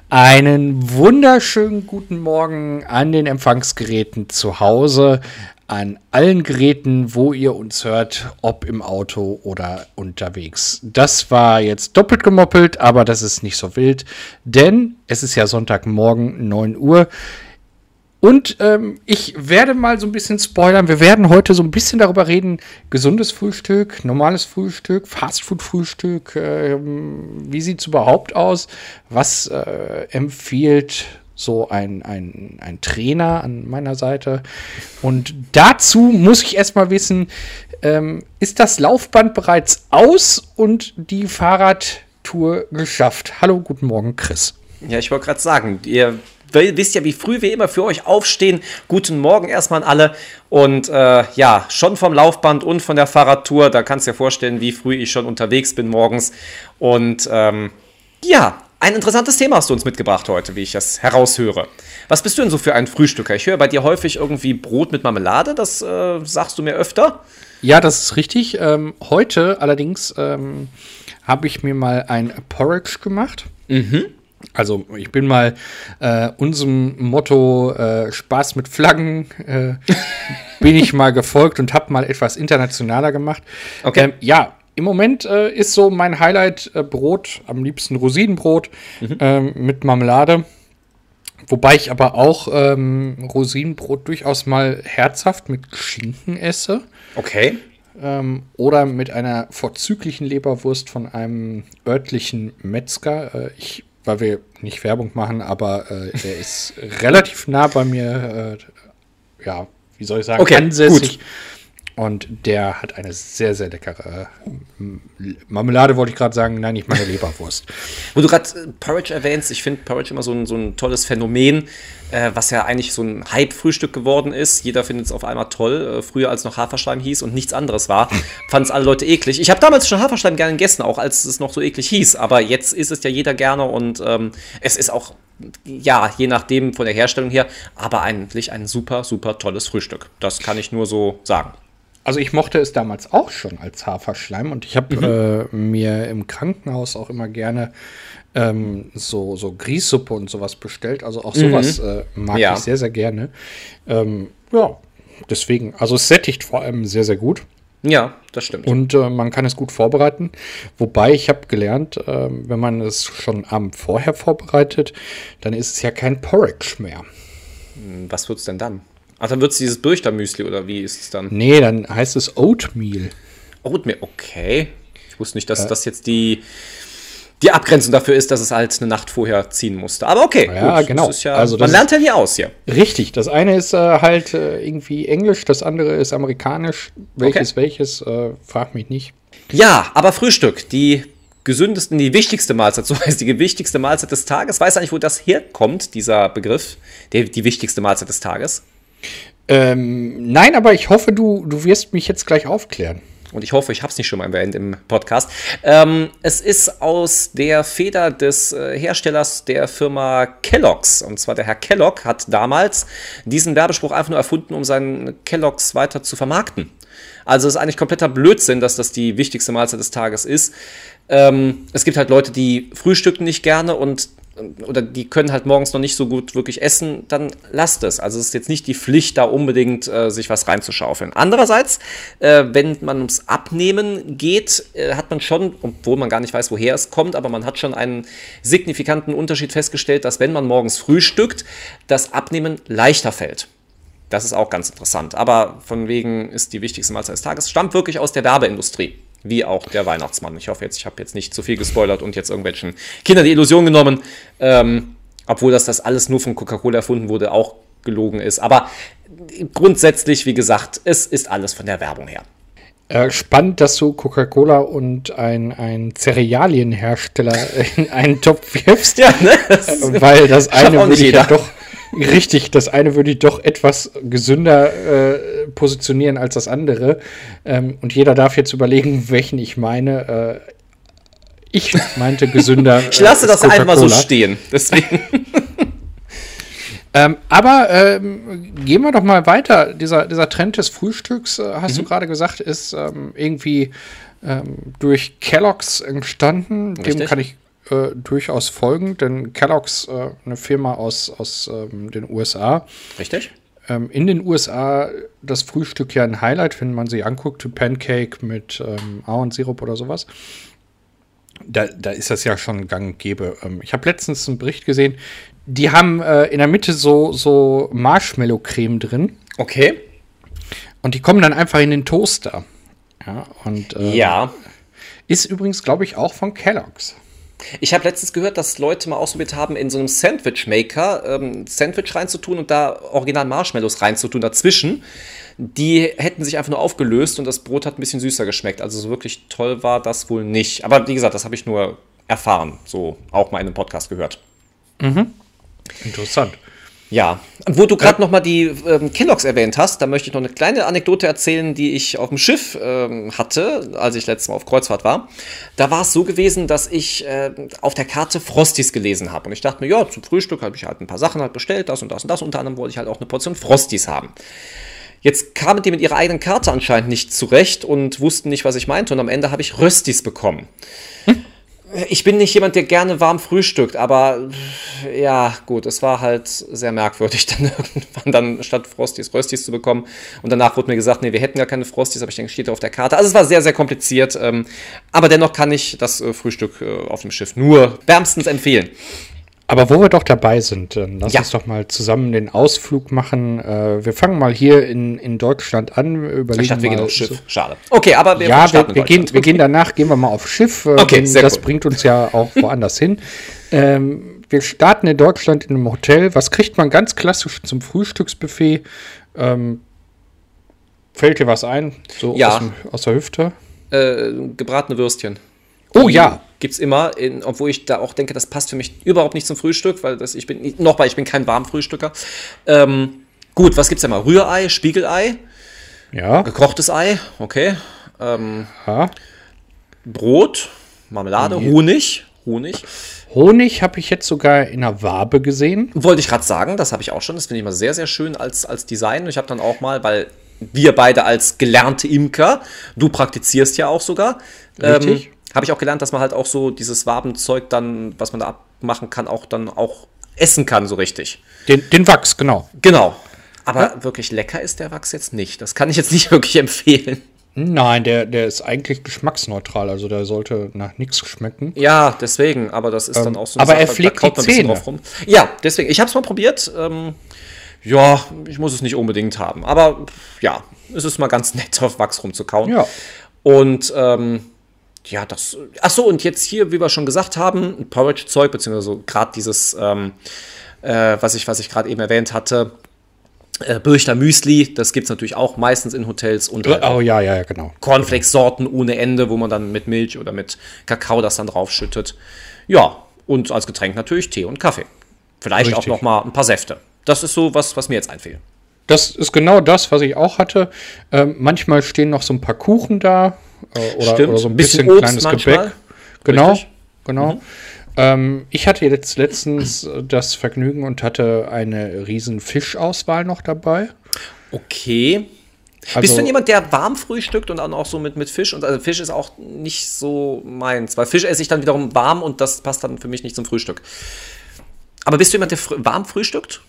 Einen wunderschönen guten Morgen an den Empfangsgeräten zu Hause, an allen Geräten, wo ihr uns hört, ob im Auto oder unterwegs. Das war jetzt doppelt gemoppelt, aber das ist nicht so wild, denn es ist ja Sonntagmorgen, 9 Uhr. Und ich werde mal so ein bisschen spoilern. Wir werden heute so ein bisschen darüber reden, gesundes Frühstück, normales Frühstück, Fastfood-Frühstück. Wie sieht es überhaupt aus? Was empfiehlt so ein Trainer an meiner Seite? Und dazu muss ich erstmal wissen, ist das Laufband bereits aus und die Fahrradtour geschafft? Hallo, guten Morgen, Chris. Ja, ich wollte gerade sagen, ihr wisst ja, wie früh wir immer für euch aufstehen. Guten Morgen erstmal an alle. Und ja, schon vom Laufband und von der Fahrradtour, da kannst du dir vorstellen, wie früh ich schon unterwegs bin morgens. Und ja, ein interessantes Thema hast du uns mitgebracht heute, wie ich das heraushöre. Was bist du denn so für ein Frühstücker? Ich höre bei dir häufig irgendwie Brot mit Marmelade, das sagst du mir öfter. Ja, das ist richtig. Heute allerdings habe ich mir mal ein Porridge gemacht. Also ich bin mal unserem Motto Spaß mit Flaggen bin ich mal gefolgt und habe mal etwas internationaler gemacht. Okay. Ja, im Moment ist so mein Highlight Brot, am liebsten Rosinenbrot mit Marmelade. Wobei ich aber auch Rosinenbrot durchaus mal herzhaft mit Schinken esse. Okay. Oder mit einer vorzüglichen Leberwurst von einem örtlichen Metzger. Weil wir nicht Werbung machen, aber der ist relativ nah bei mir, ja, wie soll ich sagen, okay, ansässig. Gut. Und der hat eine sehr, sehr leckere Marmelade, wollte ich gerade sagen. Nein, nicht meine Leberwurst. Wo du gerade Porridge erwähnst, ich finde Porridge immer so ein tolles Phänomen, was ja eigentlich so ein Hype-Frühstück geworden ist. Jeder findet es auf einmal toll. Früher, als noch Haferschleim hieß und nichts anderes war, fanden es alle Leute eklig. Ich habe damals schon Haferschleim gerne gegessen, auch als es noch so eklig hieß. Aber jetzt ist es ja jeder gerne und es ist auch, ja, je nachdem von der Herstellung her, aber eigentlich ein super, super tolles Frühstück. Das kann ich nur so sagen. Also ich mochte es damals auch schon als Haferschleim und ich habe mir im Krankenhaus auch immer gerne so Grießsuppe und sowas bestellt. Also auch sowas mag ich sehr, sehr gerne. Ja, deswegen, also es sättigt vor allem sehr, sehr gut. Ja, das stimmt. Und man kann es gut vorbereiten. Wobei ich habe gelernt, wenn man es schon am Abend vorher vorbereitet, dann ist es ja kein Porridge mehr. Was wird's denn dann? Ach, dann wird es dieses Birchter-Müsli oder wie ist es dann? Nee, dann heißt es Oatmeal. Oatmeal, okay. Ich wusste nicht, dass das jetzt die Abgrenzung dafür ist, dass es halt eine Nacht vorher ziehen musste. Aber okay, ja, gut. Genau. Das ist ja, also man lernt ja nie aus hier. Richtig, das eine ist halt irgendwie Englisch, das andere ist amerikanisch. Welches, frag mich nicht. Ja, aber Frühstück, die gesündesten, die wichtigste Mahlzeit, so heißt die wichtigste Mahlzeit des Tages. Weißt du eigentlich, wo das herkommt, dieser Begriff, die wichtigste Mahlzeit des Tages? Nein, aber ich hoffe, du wirst mich jetzt gleich aufklären. Und ich hoffe, ich habe es nicht schon mal erwähnt im Podcast. Es ist aus der Feder des Herstellers der Firma Kellogg's. Und zwar der Herr Kellogg hat damals diesen Werbespruch einfach nur erfunden, um seinen Kellogg's weiter zu vermarkten. Also es ist eigentlich kompletter Blödsinn, dass das die wichtigste Mahlzeit des Tages ist. Es gibt halt Leute, die frühstücken nicht gerne oder die können halt morgens noch nicht so gut wirklich essen, dann lasst es. Also es ist jetzt nicht die Pflicht, da unbedingt sich was reinzuschaufeln. Andererseits, wenn man ums Abnehmen geht, hat man schon, obwohl man gar nicht weiß, woher es kommt, aber man hat schon einen signifikanten Unterschied festgestellt, dass wenn man morgens frühstückt, das Abnehmen leichter fällt. Das ist auch ganz interessant. Aber von wegen ist die wichtigste Mahlzeit des Tages, stammt wirklich aus der Werbeindustrie. Wie auch der Weihnachtsmann. Ich hoffe jetzt, ich habe jetzt nicht zu viel gespoilert und jetzt irgendwelchen Kindern die Illusion genommen. Obwohl das alles nur von Coca-Cola erfunden wurde, auch gelogen ist. Aber grundsätzlich, wie gesagt, es ist alles von der Werbung her. Spannend, dass du Coca-Cola und ein Cerealienhersteller in einen Topf wirfst. Ja, ne? Weil das eine würde ich ja doch richtig, das eine würde ich doch etwas gesünder positionieren als das andere. Und jeder darf jetzt überlegen, welchen ich meine. Ich meinte gesünder. Ich lasse das einmal so stehen. Deswegen. Aber gehen wir doch mal weiter. Dieser Trend des Frühstücks, hast du gerade gesagt, ist irgendwie durch Kellogg's entstanden. Richtig. Dem kann ich durchaus folgen, denn Kellogg's, eine Firma aus den USA. Richtig. In den USA das Frühstück ja ein Highlight, wenn man sie anguckt, Pancake mit Ahornsirup oder sowas. Da ist das ja schon gang und gäbe. Ich habe letztens einen Bericht gesehen, die haben in der Mitte so Marshmallow-Creme drin. Okay. Und die kommen dann einfach in den Toaster. Ja, und Ja. ist übrigens, glaube ich, auch von Kellogg's. Ich habe letztens gehört, dass Leute mal ausprobiert haben, in so einem Sandwich-Maker Sandwich reinzutun und da original Marshmallows reinzutun dazwischen. Die hätten sich einfach nur aufgelöst und das Brot hat ein bisschen süßer geschmeckt. Also so wirklich toll war das wohl nicht. Aber wie gesagt, das habe ich nur erfahren. So auch mal in einem Podcast gehört. Interessant. Ja, wo du gerade noch mal die Kellogg's erwähnt hast, da möchte ich noch eine kleine Anekdote erzählen, die ich auf dem Schiff hatte, als ich letztes Mal auf Kreuzfahrt war. Da war es so gewesen, dass ich auf der Karte Frosties gelesen habe. Und ich dachte mir, ja, zum Frühstück habe ich halt ein paar Sachen halt bestellt, das und das und das. Unter anderem wollte ich halt auch eine Portion Frosties haben. Jetzt kamen die mit ihrer eigenen Karte anscheinend nicht zurecht und wussten nicht, was ich meinte. Und am Ende habe ich Röstis bekommen. Ich bin nicht jemand, der gerne warm frühstückt, aber ja, gut, es war halt sehr merkwürdig, dann irgendwann dann statt Frosties Röstis zu bekommen. Und danach wurde mir gesagt, nee, wir hätten gar keine Frosties, aber ich denke, steht da auf der Karte. Also es war sehr, sehr kompliziert, aber dennoch kann ich das Frühstück auf dem Schiff nur wärmstens empfehlen. Aber wo wir doch dabei sind, lass Ja. uns doch mal zusammen den Ausflug machen. Wir fangen mal hier in Deutschland an. Ich Überlegen dachte, wir gehen mal aufs Schiff. Schade. Okay, aber Ja, starten wir in Deutschland. gehen danach, gehen wir mal aufs Schiff. Okay, denn sehr das cool. bringt uns ja auch woanders hin. Wir starten in Deutschland in einem Hotel. Was kriegt man ganz klassisch zum Frühstücksbuffet? Fällt dir was ein? So Ja. aus der Hüfte? Gebratene Würstchen. Oh ja. Gibt's immer, obwohl ich da auch denke, das passt für mich überhaupt nicht zum Frühstück, weil ich bin kein Warmfrühstücker. Gut, was gibt's denn mal? Rührei, Spiegelei, Ja. gekochtes Ei, okay. Ja. Brot, Marmelade, Honig. Honig habe ich jetzt sogar in einer Wabe gesehen. Wollte ich gerade sagen, das habe ich auch schon. Das finde ich immer sehr, sehr schön als Design. Ich habe dann auch mal, weil wir beide als gelernte Imker, du praktizierst ja auch sogar, Richtig. habe ich auch gelernt, dass man halt auch so dieses Wabenzeug dann, was man da abmachen kann, auch essen kann, so richtig. Den Wachs, genau. Genau. Aber wirklich lecker ist der Wachs jetzt nicht. Das kann ich jetzt nicht wirklich empfehlen. Nein, der ist eigentlich geschmacksneutral. Also der sollte nach nichts schmecken. Ja, deswegen. Aber das ist dann auch so aber eine er Sache, pflegt da kaut die man ein bisschen Zähne. drauf rum. Ja, deswegen. Ich habe es mal probiert. Ja, ich muss es nicht unbedingt haben. Aber ja, es ist mal ganz nett, auf Wachs rumzukauen. Ja. Und ja, das. Achso, und jetzt hier, wie wir schon gesagt haben, ein Porridge-Zeug, beziehungsweise so gerade dieses, was ich gerade eben erwähnt hatte, Birchter Müsli, das gibt es natürlich auch meistens in Hotels und halt Oh ja, genau. Cornflakes-Sorten ohne Ende, wo man dann mit Milch oder mit Kakao das dann draufschüttet. Ja, und als Getränk natürlich Tee und Kaffee. Vielleicht auch Richtig. noch mal ein paar Säfte. Das ist so was mir jetzt einfiel. Das ist genau das, was ich auch hatte. Manchmal stehen noch so ein paar Kuchen da. Stimmt. Oder so ein Bisschen bisschen Obst kleines manchmal. Gebäck. Genau, Richtig. genau. Ich hatte jetzt letztens das Vergnügen und hatte eine riesen Fischauswahl noch dabei. Okay. Also, Bist du denn jemand, der warm frühstückt und dann auch so mit Fisch? Und also Fisch ist auch nicht so meins, weil Fisch esse ich dann wiederum warm und das passt dann für mich nicht zum Frühstück. Aber bist du jemand, der warm frühstückt?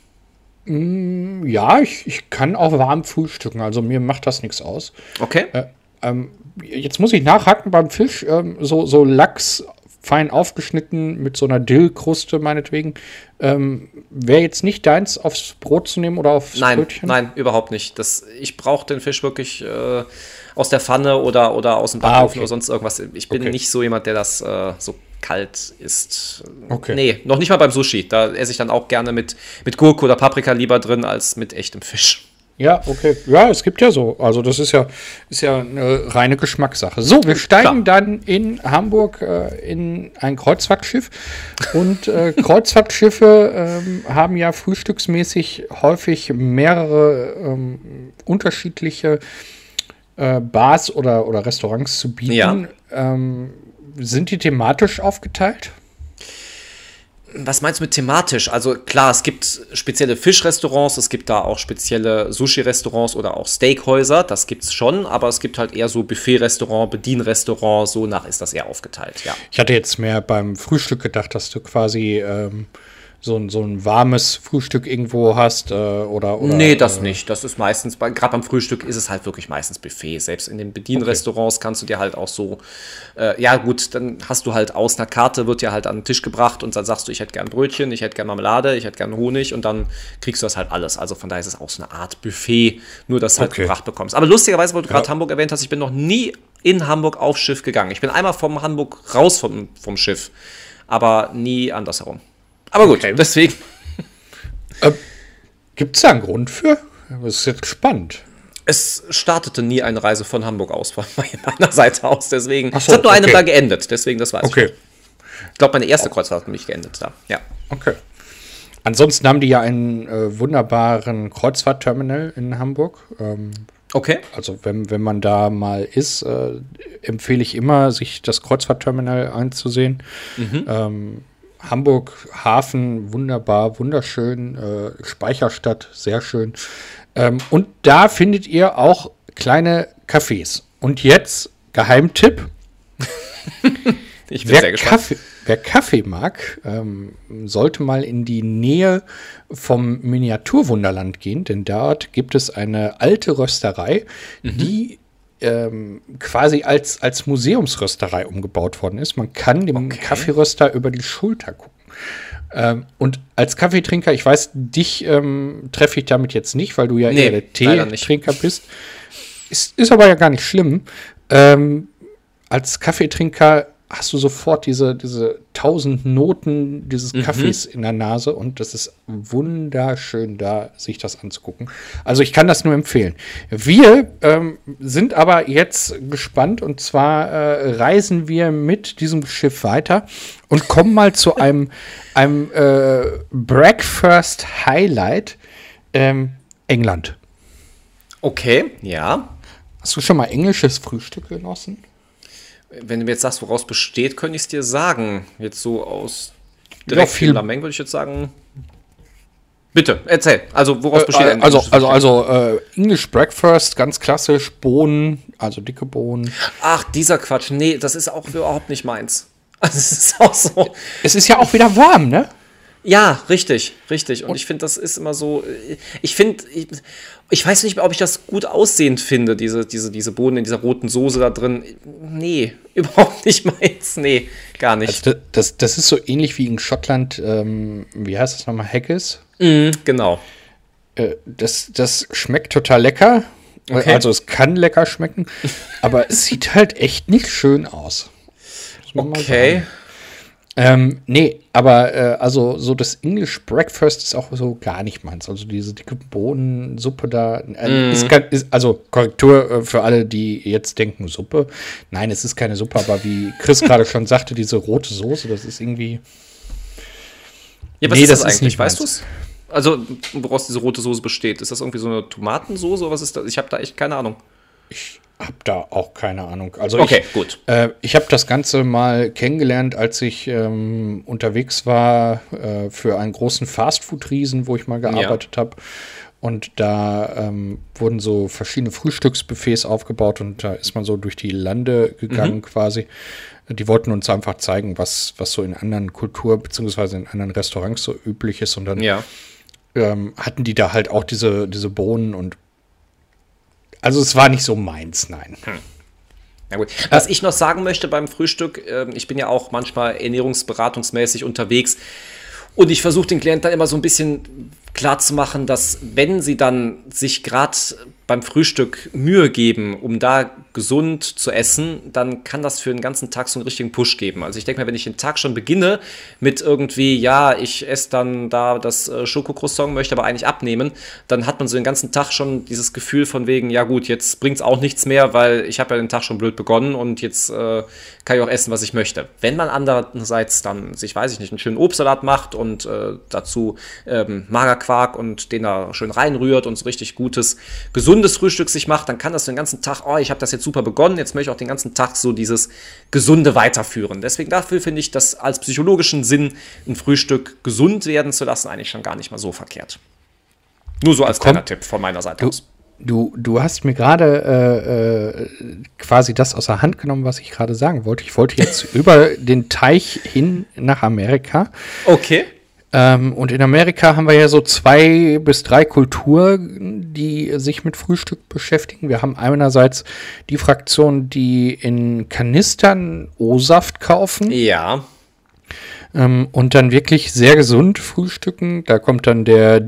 Ja, ich kann auch warm frühstücken. Also mir macht das nichts aus. Okay. Jetzt muss ich nachhaken beim Fisch. So Lachs fein aufgeschnitten mit so einer Dillkruste meinetwegen. Wäre jetzt nicht deins, aufs Brot zu nehmen oder aufs Brötchen? Nein, überhaupt nicht. Ich brauche den Fisch wirklich aus der Pfanne oder aus dem Backofen okay. oder sonst irgendwas. Ich bin Okay. nicht so jemand, der das so kalt isst. Okay. Nee, noch nicht mal beim Sushi. Da esse ich dann auch gerne mit Gurke oder Paprika lieber drin als mit echtem Fisch. Ja, okay. Ja, es gibt ja so. Also das ist ja eine reine Geschmackssache. So, wir steigen dann in Hamburg in ein Kreuzfahrtschiff. Und Kreuzfahrtschiffe haben ja frühstücksmäßig häufig mehrere unterschiedliche Bars oder Restaurants zu bieten. Ja. Sind die thematisch aufgeteilt? Was meinst du mit thematisch? Also klar, es gibt spezielle Fischrestaurants, es gibt da auch spezielle Sushi-Restaurants oder auch Steakhäuser, das gibt's schon, aber es gibt halt eher so Buffet-Restaurant, Bedienrestaurant, so nach ist das eher aufgeteilt, ja. Ich hatte jetzt mehr beim Frühstück gedacht, dass du quasi so ein warmes Frühstück irgendwo hast oder Nee, das nicht. Das ist meistens, gerade beim Frühstück ist es halt wirklich meistens Buffet. Selbst in den Bedienrestaurants kannst du dir halt auch so, ja gut, dann hast du halt aus einer Karte, wird dir halt an den Tisch gebracht und dann sagst du, ich hätte gern Brötchen, ich hätte gern Marmelade, ich hätte gern Honig und dann kriegst du das halt alles. Also von daher ist es auch so eine Art Buffet, nur dass du halt gebracht bekommst. Aber lustigerweise, weil du gerade Hamburg erwähnt hast, ich bin noch nie in Hamburg aufs Schiff gegangen. Ich bin einmal vom Hamburg raus vom Schiff, aber nie andersherum. Aber gut, deswegen. Gibt es da einen Grund für? Das ist jetzt spannend. Es startete nie eine Reise von Hamburg aus, von meiner Seite aus, deswegen. Ach so, es hat nur eine da geendet, deswegen das weiß ich. Okay. Ich glaube, meine erste Kreuzfahrt hat nämlich geendet da. Ja. Okay. Ansonsten haben die ja einen wunderbaren Kreuzfahrtterminal in Hamburg. Okay. Also wenn man da mal ist, empfehle ich immer, sich das Kreuzfahrtterminal anzusehen. Hamburg Hafen, wunderbar, wunderschön, Speicherstadt, sehr schön. Und da findet ihr auch kleine Cafés. Und jetzt, Geheimtipp. Ich bin sehr gespannt. Wer Kaffee mag, sollte mal in die Nähe vom Miniaturwunderland gehen, denn dort gibt es eine alte Rösterei, die quasi als Museumsrösterei umgebaut worden ist. Man kann dem Kaffeeröster über die Schulter gucken. Und als Kaffeetrinker, ich weiß, dich treffe ich damit jetzt nicht, weil du ja eher der Teetrinker bist. Ist aber ja gar nicht schlimm. Als Kaffeetrinker hast du sofort diese 1000 Noten dieses Kaffees in der Nase und das ist wunderschön, da sich das anzugucken. Also ich kann das nur empfehlen. Wir sind aber jetzt gespannt und zwar reisen wir mit diesem Schiff weiter und kommen mal zu einem Breakfast Highlight England. Okay, ja. Hast du schon mal englisches Frühstück genossen? Wenn du mir jetzt sagst, woraus besteht, könnte ich es dir sagen. Jetzt so aus direkt viel Lameng würde ich jetzt sagen. Bitte, erzähl. Also, woraus besteht ein English Breakfast, ganz klassisch, Bohnen, also dicke Bohnen. Ach, dieser Quatsch. Nee, das ist auch überhaupt nicht meins. Also, es ist auch so. Es ist ja auch wieder warm, ne? Ja, richtig. Und ich finde, das ist immer so. Ich weiß nicht, ob ich das gut aussehend finde, diese Bohnen in dieser roten Soße da drin. Nee, überhaupt nicht meins. Nee, gar nicht. Also das ist so ähnlich wie in Schottland, wie heißt das nochmal, Haggis? Genau. Das schmeckt total lecker. Okay. Also es kann lecker schmecken, aber es sieht halt echt nicht schön aus. Okay. Nee, aber also so das English Breakfast ist auch so gar nicht meins. Also diese dicke Bohnensuppe da, ist also Korrektur für alle, die jetzt denken, Suppe. Nein, es ist keine Suppe, aber wie Chris gerade schon sagte, diese rote Soße, das ist irgendwie. Ja, was ist das eigentlich? Weißt du es? Also, woraus diese rote Soße besteht. Ist das irgendwie so eine Tomatensoße oder was ist das? Ich habe da echt keine Ahnung. Ich habe da auch keine Ahnung. Also gut. Ich habe das Ganze mal kennengelernt, als ich unterwegs war für einen großen Fastfood-Riesen, wo ich mal gearbeitet habe. Und da wurden so verschiedene Frühstücksbuffets aufgebaut und da ist man so durch die Lande gegangen quasi. Die wollten uns einfach zeigen, was so in anderen beziehungsweise in anderen Restaurants so üblich ist. Und dann hatten die da halt auch diese Bohnen und also es war nicht so meins, nein. Na gut. Was ich noch sagen möchte beim Frühstück, ich bin ja auch manchmal ernährungsberatungsmäßig unterwegs und ich versuche den Klienten dann immer so ein bisschen klar zu machen, dass wenn sie dann sich gerade beim Frühstück Mühe geben, um da gesund zu essen, dann kann das für den ganzen Tag so einen richtigen Push geben. Also ich denke mal, wenn ich den Tag schon beginne mit irgendwie, ja, ich esse dann da das Schokocroissant, möchte aber eigentlich abnehmen, dann hat man so den ganzen Tag schon dieses Gefühl von wegen, ja gut, jetzt bringt es auch nichts mehr, weil ich habe ja den Tag schon blöd begonnen und jetzt kann ich auch essen, was ich möchte. Wenn man andererseits dann sich, weiß ich nicht, einen schönen Obstsalat macht und dazu Magerquark und den da schön reinrührt und so richtig gutes, gesundes gesundes Frühstück sich macht, dann kann das den ganzen Tag, ich habe das jetzt super begonnen, jetzt möchte ich auch den ganzen Tag so dieses Gesunde weiterführen. Deswegen dafür finde ich das als psychologischen Sinn, ein Frühstück gesund werden zu lassen, eigentlich schon gar nicht mal so verkehrt. Nur so als kleiner Tipp von meiner Seite aus. Du hast mir gerade quasi das aus der Hand genommen, was ich gerade sagen wollte. Ich wollte jetzt über den Teich hin nach Amerika. Okay. Und in Amerika haben wir ja so 2 bis 3 Kulturen, die sich mit Frühstück beschäftigen. Wir haben einerseits die Fraktion, die in Kanistern O-Saft kaufen. Ja. Und dann wirklich sehr gesund frühstücken. Da kommt dann der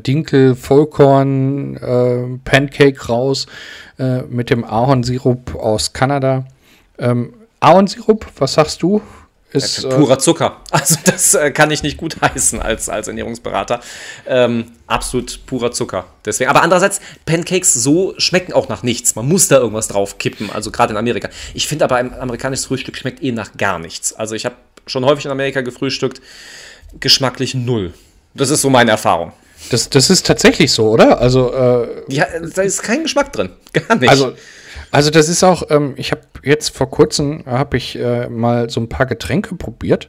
Dinkel-Vollkorn-Pancake raus mit dem Ahornsirup aus Kanada. Ahornsirup, was sagst du? Ist purer Zucker. Also das kann ich nicht gut heißen als Ernährungsberater. Absolut purer Zucker. Deswegen. Aber andererseits, Pancakes so schmecken auch nach nichts. Man muss da irgendwas drauf kippen, also gerade in Amerika. Ich finde aber, ein amerikanisches Frühstück schmeckt nach gar nichts. Also ich habe schon häufig in Amerika gefrühstückt, geschmacklich 0. Das ist so meine Erfahrung. Das ist tatsächlich so, oder? Also ja, da ist kein Geschmack drin. Gar nicht. Also das ist auch, ich habe jetzt vor kurzem, mal so ein paar Getränke probiert.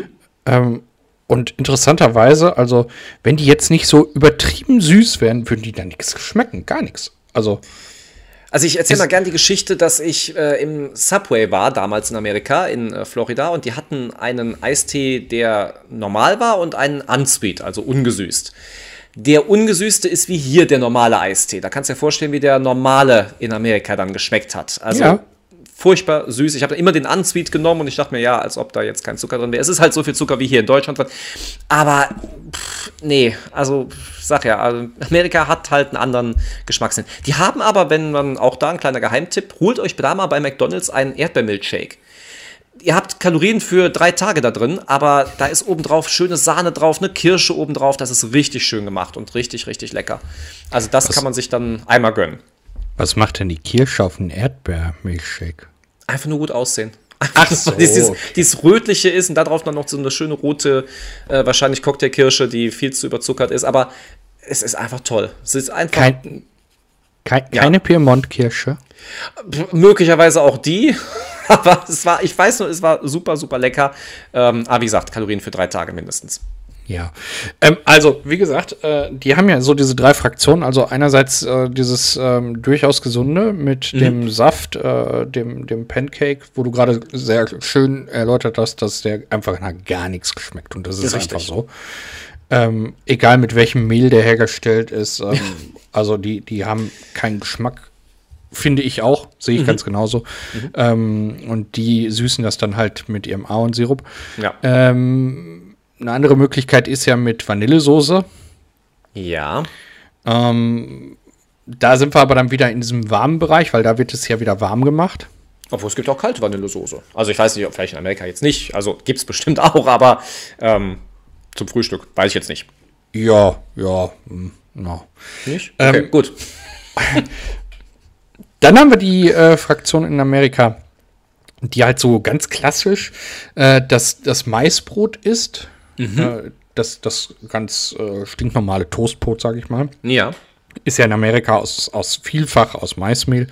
Und interessanterweise, also wenn die jetzt nicht so übertrieben süß wären, würden die da nichts schmecken, gar nichts. Also ich erzähle mal gerne die Geschichte, dass ich im Subway war, damals in Amerika, in Florida, und die hatten einen Eistee, der normal war und einen unsweet, also ungesüßt. Der ungesüßte ist wie hier der normale Eistee. Da kannst du dir vorstellen, wie der normale in Amerika dann geschmeckt hat. Also ja. Furchtbar süß. Ich habe immer den unsweet genommen und ich dachte mir, ja, als ob da jetzt kein Zucker drin wäre. Es ist halt so viel Zucker wie hier in Deutschland. Aber nee, also sag ja, also Amerika hat halt einen anderen Geschmackssinn. Die haben aber, wenn man auch da ein kleiner Geheimtipp, holt euch da mal bei McDonald's einen Erdbeermilchshake. Ihr habt Kalorien für 3 Tage da drin, aber da ist obendrauf schöne Sahne drauf, eine Kirsche obendrauf. Das ist richtig schön gemacht und richtig, richtig lecker. Also das kann man sich dann einmal gönnen. Was macht denn die Kirsche auf einen Erdbeermilchshake? Einfach nur gut aussehen. Ach so. Dieses Rötliche ist und darauf dann noch so eine schöne rote, wahrscheinlich Cocktailkirsche, die viel zu überzuckert ist. Aber es ist einfach toll. Es ist einfach... Keine Piemont-Kirsche? Möglicherweise auch die. Aber ich weiß nur, es war super, super lecker. Aber wie gesagt, Kalorien für 3 Tage mindestens. Ja, also wie gesagt, die haben ja so diese 3 Fraktionen, also einerseits dieses durchaus gesunde mit dem Saft, dem Pancake, wo du gerade sehr schön erläutert hast, dass der einfach nach gar nichts geschmeckt und das ist einfach so. Egal mit welchem Mehl der hergestellt ist, also die haben keinen Geschmack, finde ich auch, sehe ich ganz genauso. Und die süßen das dann halt mit ihrem Ahornsirup. Ja. Eine andere Möglichkeit ist ja mit Vanillesoße. Ja. Da sind wir aber dann wieder in diesem warmen Bereich, weil da wird es ja wieder warm gemacht. Obwohl es gibt auch kalte Vanillesoße. Also ich weiß nicht, ob vielleicht in Amerika jetzt nicht. Also gibt es bestimmt auch, aber zum Frühstück weiß ich jetzt nicht. Ja. Nicht? Okay, gut. Dann haben wir die Fraktion in Amerika, die halt so ganz klassisch das Maisbrot isst. Das ganz stinknormale Toastbrot, sage ich mal. Ja. Ist ja in Amerika vielfach aus Maismehl.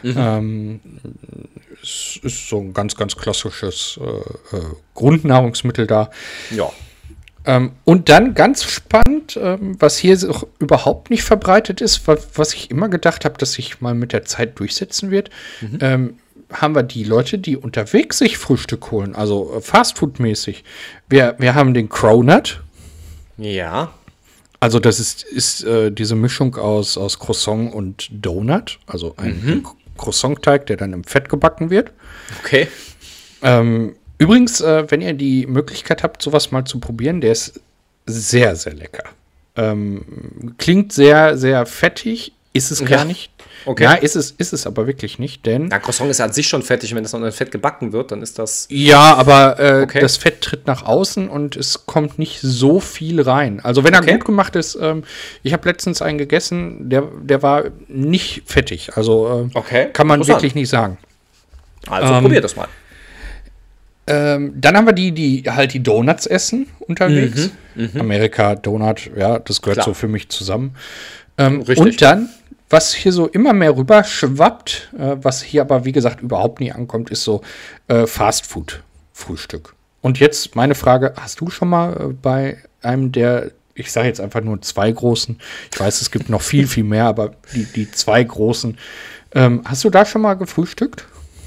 Es ist so ein ganz, ganz klassisches Grundnahrungsmittel da. Ja. Und dann ganz spannend, was hier so überhaupt nicht verbreitet ist, was ich immer gedacht habe, dass sich mal mit der Zeit durchsetzen wird, haben wir die Leute, die unterwegs sich Frühstück holen, also Fastfood-mäßig. Wir haben den Cronut. Ja. Also das ist diese Mischung aus Croissant und Donut, also ein Croissant-Teig, der dann im Fett gebacken wird. Okay. Übrigens, wenn ihr die Möglichkeit habt, sowas mal zu probieren, der ist sehr, sehr lecker. Klingt sehr, sehr fettig, ist es gar nicht. Okay. Ja, ist es aber wirklich nicht, denn... Ja, Croissant ist ja an sich schon fettig, wenn das noch in Fett gebacken wird, dann ist das... Ja, aber das Fett tritt nach außen und es kommt nicht so viel rein. Also wenn er gut gemacht ist, ich habe letztens einen gegessen, der war nicht fettig. Also kann man wirklich nicht sagen. Also probier das mal. Dann haben wir die halt die Donuts essen unterwegs. Amerika, Donut, ja, das gehört so für mich zusammen. Und dann was hier so immer mehr rüber schwappt, was hier aber, wie gesagt, überhaupt nie ankommt, ist so Fastfood-Frühstück. Und jetzt meine Frage, hast du schon mal bei einem der, ich sage jetzt einfach nur 2 großen, ich weiß, es gibt noch viel, viel mehr, aber die 2 großen, hast du da schon mal gefrühstückt?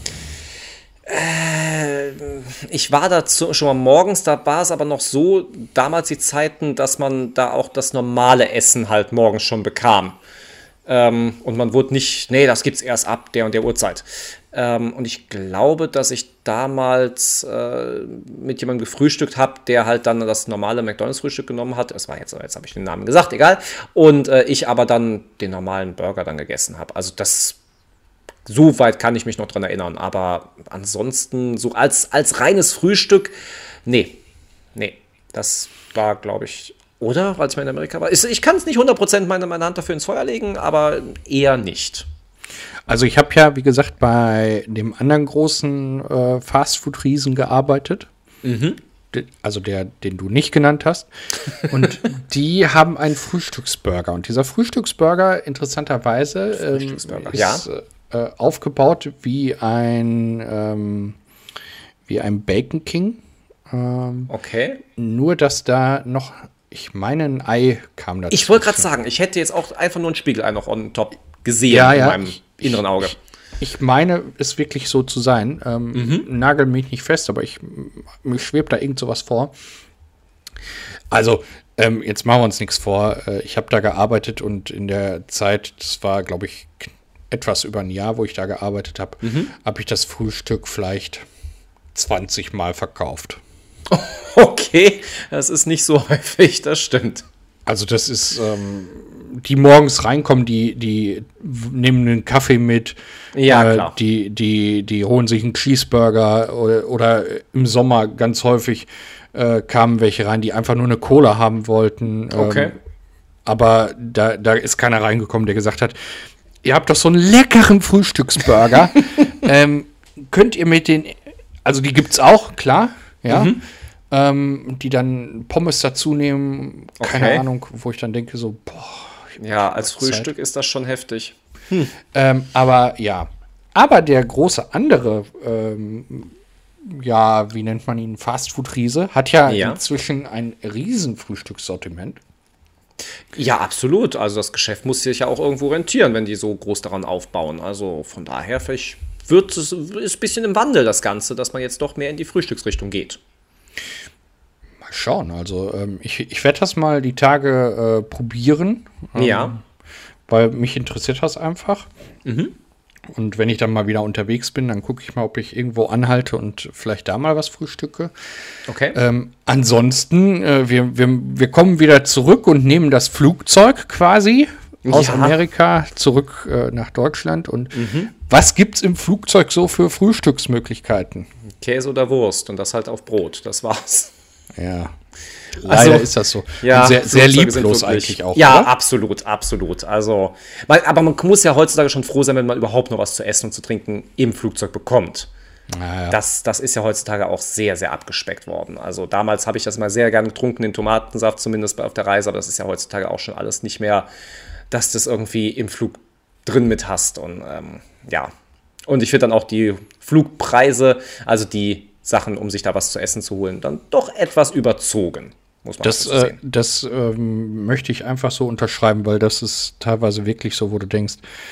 Ich war dazu schon mal morgens, da war es aber noch so, damals die Zeiten, dass man da auch das normale Essen halt morgens schon bekam. Und man wurde nicht, nee, das gibt's erst ab der und der Uhrzeit. Und ich glaube, dass ich damals mit jemandem gefrühstückt habe, der halt dann das normale McDonald's-Frühstück genommen hat. Es war jetzt habe ich den Namen gesagt, egal. Und ich aber dann den normalen Burger dann gegessen habe. Also so weit kann ich mich noch dran erinnern. Aber ansonsten, so als reines Frühstück, nee. Das war, glaube ich, oder? Als ich mal in Amerika war. Ich kann es nicht 100% meine Hand dafür ins Feuer legen, aber eher nicht. Also ich habe ja, wie gesagt, bei dem anderen großen Fastfood-Riesen gearbeitet. Mhm. Also den du nicht genannt hast. Und die haben einen Frühstücksburger. Und dieser Frühstücksburger, interessanterweise, ist aufgebaut wie ein Bacon King. Okay. Nur, dass da noch, ich meine, ein Ei kam dazu. Ich wollte gerade sagen, ich hätte jetzt auch einfach nur ein Spiegelei noch on top gesehen in meinem inneren Auge. Ich meine, es wirklich so zu sein. Nagel mich nicht fest, aber mir schwebt da irgend sowas vor. Also, jetzt machen wir uns nichts vor. Ich habe da gearbeitet und in der Zeit, das war, glaube ich, etwas über ein Jahr, wo ich da gearbeitet habe, habe ich das Frühstück vielleicht 20 Mal verkauft. Okay, das ist nicht so häufig, das stimmt. Also das ist, die morgens reinkommen, die nehmen einen Kaffee mit, ja, klar. Die holen sich einen Cheeseburger oder im Sommer ganz häufig kamen welche rein, die einfach nur eine Cola haben wollten. Okay. Aber da ist keiner reingekommen, der gesagt hat, ihr habt doch so einen leckeren Frühstücksburger. Könnt ihr mit den, also die gibt's auch, klar, ja. Die dann Pommes dazu nehmen, keine Ahnung, wo ich dann denke so, boah. Ja, als Frühstück ist das schon heftig. Aber der große andere, wie nennt man ihn, Fastfood-Riese, hat ja inzwischen ein riesen Frühstückssortiment. Ja, absolut. Also das Geschäft muss sich ja auch irgendwo rentieren, wenn die so groß daran aufbauen. Also von daher, vielleicht ist ein bisschen im Wandel das Ganze, dass man jetzt doch mehr in die Frühstücksrichtung geht. Mal schauen, also ich werde das mal die Tage probieren. Weil mich interessiert das einfach. Und wenn ich dann mal wieder unterwegs bin, dann gucke ich mal, ob ich irgendwo anhalte und vielleicht da mal was frühstücke. Okay. Ansonsten, wir kommen wieder zurück und nehmen das Flugzeug quasi aus Amerika zurück nach Deutschland. Und was gibt's im Flugzeug so für Frühstücksmöglichkeiten? Käse oder Wurst und das halt auf Brot, das war's. Ja. Leider ist das so. Ja, und sehr, sehr lieblos eigentlich auch. Ja, oder? absolut. Also, aber man muss ja heutzutage schon froh sein, wenn man überhaupt noch was zu essen und zu trinken im Flugzeug bekommt. Ja. Das ist ja heutzutage auch sehr, sehr abgespeckt worden. Also damals habe ich das mal sehr gern getrunken, den Tomatensaft zumindest auf der Reise, aber das ist ja heutzutage auch schon alles nicht mehr, dass du das irgendwie im Flug drin mit hast. Und und ich finde dann auch die Flugpreise, also die Sachen, um sich da was zu essen zu holen, dann doch etwas überzogen, muss man sehen. Das möchte ich einfach so unterschreiben, weil das ist teilweise wirklich so, wo du denkst,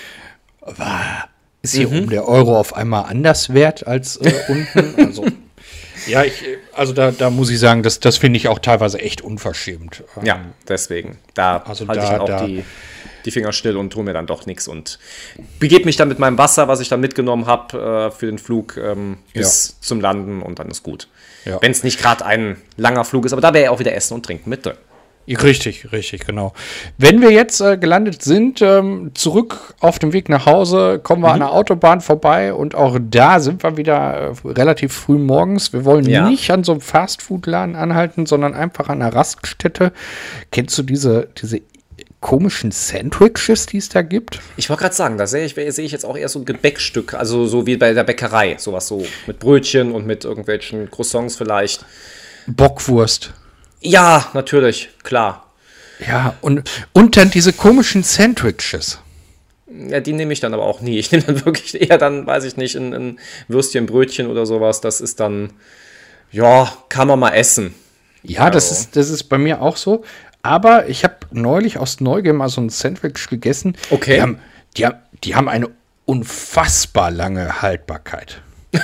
ist hier oben der Euro auf einmal anders wert als unten? Also, da muss ich sagen, das finde ich auch teilweise echt unverschämt. Ja, deswegen. Da halte ich dann auch die Finger still und tue mir dann doch nichts und begebe mich dann mit meinem Wasser, was ich dann mitgenommen habe für den Flug bis zum Landen und dann ist gut. Ja. Wenn es nicht gerade ein langer Flug ist, aber da wäre ja auch wieder Essen und Trinken mit drin. Richtig, genau. Wenn wir jetzt gelandet sind, zurück auf dem Weg nach Hause, kommen wir an der Autobahn vorbei und auch da sind wir wieder relativ früh morgens. Wir wollen nicht an so einem Fastfood-Laden anhalten, sondern einfach an einer Raststätte. Kennst du diese komischen Sandwiches, die es da gibt? Ich wollte gerade sagen, da sehe ich jetzt auch eher so ein Gebäckstück, also so wie bei der Bäckerei, sowas so mit Brötchen und mit irgendwelchen Croissants vielleicht. Bockwurst. Ja, natürlich, klar. Ja, und dann diese komischen Sandwiches. Ja, die nehme ich dann aber auch nie. Ich nehme dann wirklich eher dann, weiß ich nicht, ein Würstchen, Brötchen oder sowas. Das ist dann, ja, kann man mal essen. Ja, das ist bei mir auch so. Aber ich habe neulich aus Neugier mal so ein Sandwich gegessen. Okay. Die haben eine unfassbar lange Haltbarkeit.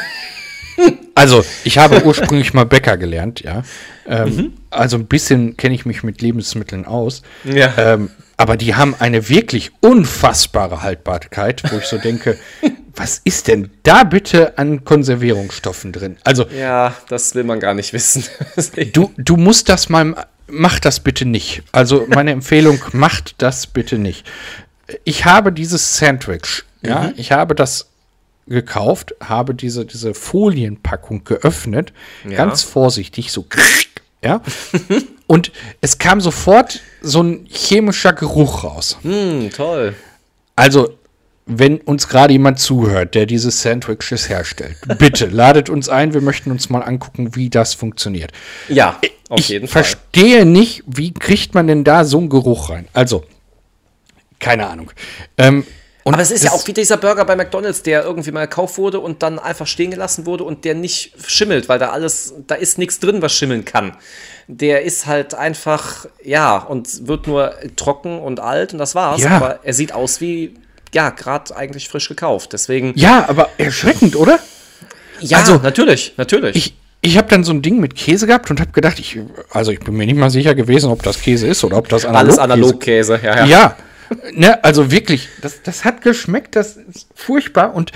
Also, ich habe ursprünglich mal Bäcker gelernt, ja. Also ein bisschen kenne ich mich mit Lebensmitteln aus. Ja. Aber die haben eine wirklich unfassbare Haltbarkeit, wo ich so denke, was ist denn da bitte an Konservierungsstoffen drin? Also, Ja, das will man gar nicht wissen. du musst das mal, mach das bitte nicht. Also, meine Empfehlung, macht das bitte nicht. Ich habe dieses Sandwich, ja, ich habe das gekauft, habe diese Folienpackung geöffnet, ganz vorsichtig, so, ja, und es kam sofort so ein chemischer Geruch raus. Toll. Also, wenn uns gerade jemand zuhört, der diese Sandwiches herstellt, bitte ladet uns ein, wir möchten uns mal angucken, wie das funktioniert. Ja, auf jeden Fall. Ich verstehe nicht, wie kriegt man denn da so einen Geruch rein? Also, keine Ahnung. Aber es ist ja auch wie dieser Burger bei McDonald's, der irgendwie mal gekauft wurde und dann einfach stehen gelassen wurde und der nicht schimmelt, weil da ist nichts drin, was schimmeln kann. Der ist halt einfach, ja, und wird nur trocken und alt und das war's. Ja. Aber er sieht aus wie, ja, gerade eigentlich frisch gekauft. Deswegen. Ja, aber erschreckend, oder? Ja, also, natürlich. Ich habe dann so ein Ding mit Käse gehabt und habe gedacht, ich bin mir nicht mal sicher gewesen, ob das Käse ist oder ob das Alles Analogkäse, ja. Ja, ne, also wirklich, das hat geschmeckt, das ist furchtbar und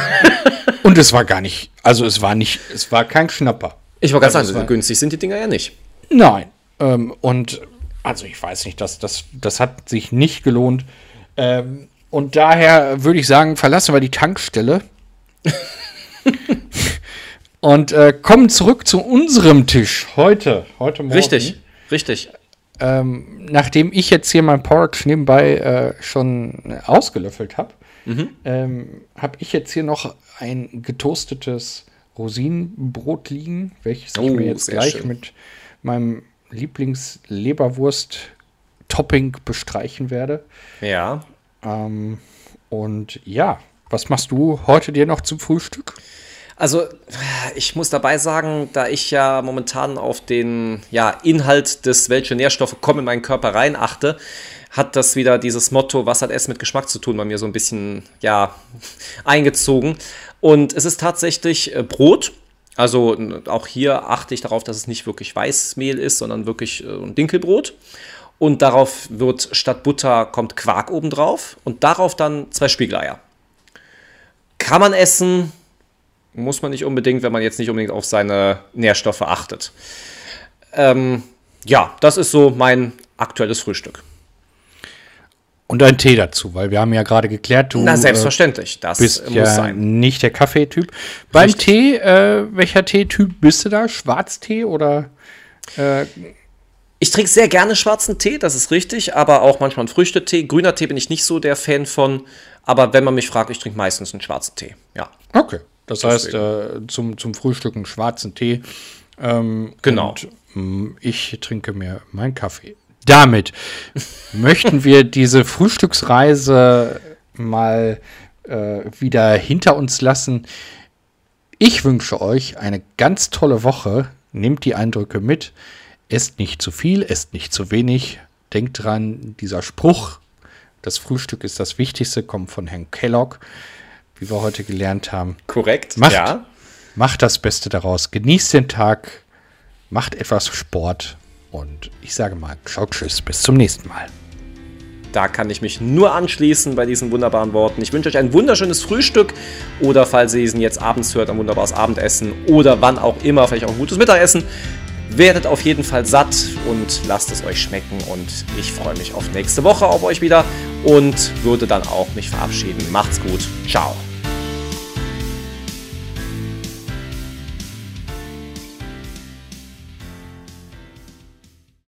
es war gar nicht, also es war kein Schnapper. Ich wollte gerade sagen, günstig sind die Dinger ja nicht. Nein, und also ich weiß nicht, das hat sich nicht gelohnt. Und daher würde ich sagen, verlassen wir die Tankstelle und kommen zurück zu unserem Tisch heute Morgen. Richtig. Nachdem ich jetzt hier mein Porridge nebenbei schon ausgelöffelt habe, habe ich jetzt hier noch ein getoastetes Rosinenbrot liegen, welches ich mir jetzt gleich schön mit meinem Lieblingsleberwurst-Topping bestreichen werde. Ja. Und ja, was machst du heute dir noch zum Frühstück? Also, ich muss dabei sagen, da ich ja momentan auf den Inhalt des welche Nährstoffe kommen in meinen Körper rein achte, hat das wieder dieses Motto, was hat Essen mit Geschmack zu tun, bei mir so ein bisschen, eingezogen. Und es ist tatsächlich Brot. Also auch hier achte ich darauf, dass es nicht wirklich Weißmehl ist, sondern wirklich ein Dinkelbrot. Und darauf wird statt Butter kommt Quark obendrauf und darauf dann 2 Spiegeleier. Kann man essen, muss man nicht unbedingt, wenn man jetzt nicht unbedingt auf seine Nährstoffe achtet. Das ist so mein aktuelles Frühstück. Und ein Tee dazu, weil wir haben ja gerade geklärt, du selbstverständlich, das bist muss ja sein. nicht der Kaffeetyp. Beim Tee, welcher Teetyp bist du da? Schwarztee oder? Ich trinke sehr gerne schwarzen Tee, das ist richtig, aber auch manchmal einen Früchtetee. Grüner Tee bin ich nicht so der Fan von, aber wenn man mich fragt, ich trinke meistens einen schwarzen Tee, ja. Okay, das heißt, zum Frühstück einen schwarzen Tee. Genau. Und ich trinke mir meinen Kaffee. Damit möchten wir diese Frühstücksreise mal wieder hinter uns lassen. Ich wünsche euch eine ganz tolle Woche. Nehmt die Eindrücke mit. Esst nicht zu viel, esst nicht zu wenig. Denkt dran, dieser Spruch, das Frühstück ist das Wichtigste, kommt von Herrn Kellogg, wie wir heute gelernt haben. Korrekt, Macht das Beste daraus. Genießt den Tag. Macht etwas Sport. Und ich sage mal, ciao, tschüss, bis zum nächsten Mal. Da kann ich mich nur anschließen bei diesen wunderbaren Worten. Ich wünsche euch ein wunderschönes Frühstück oder, falls ihr diesen jetzt abends hört, ein wunderbares Abendessen oder wann auch immer, vielleicht auch ein gutes Mittagessen. Werdet auf jeden Fall satt und lasst es euch schmecken und ich freue mich auf nächste Woche auf euch wieder und würde dann auch mich verabschieden. Macht's gut. Ciao.